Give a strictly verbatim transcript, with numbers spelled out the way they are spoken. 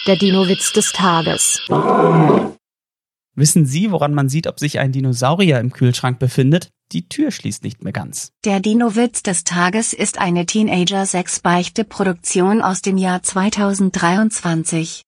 Der Dino-Witz des Tages. Wissen Sie, woran man sieht, ob sich ein Dinosaurier im Kühlschrank befindet? Die Tür schließt nicht mehr ganz. Der Dino-Witz des Tages ist eine Teenager sechs Beichte-Produktion aus dem Jahr zweitausenddreiundzwanzig.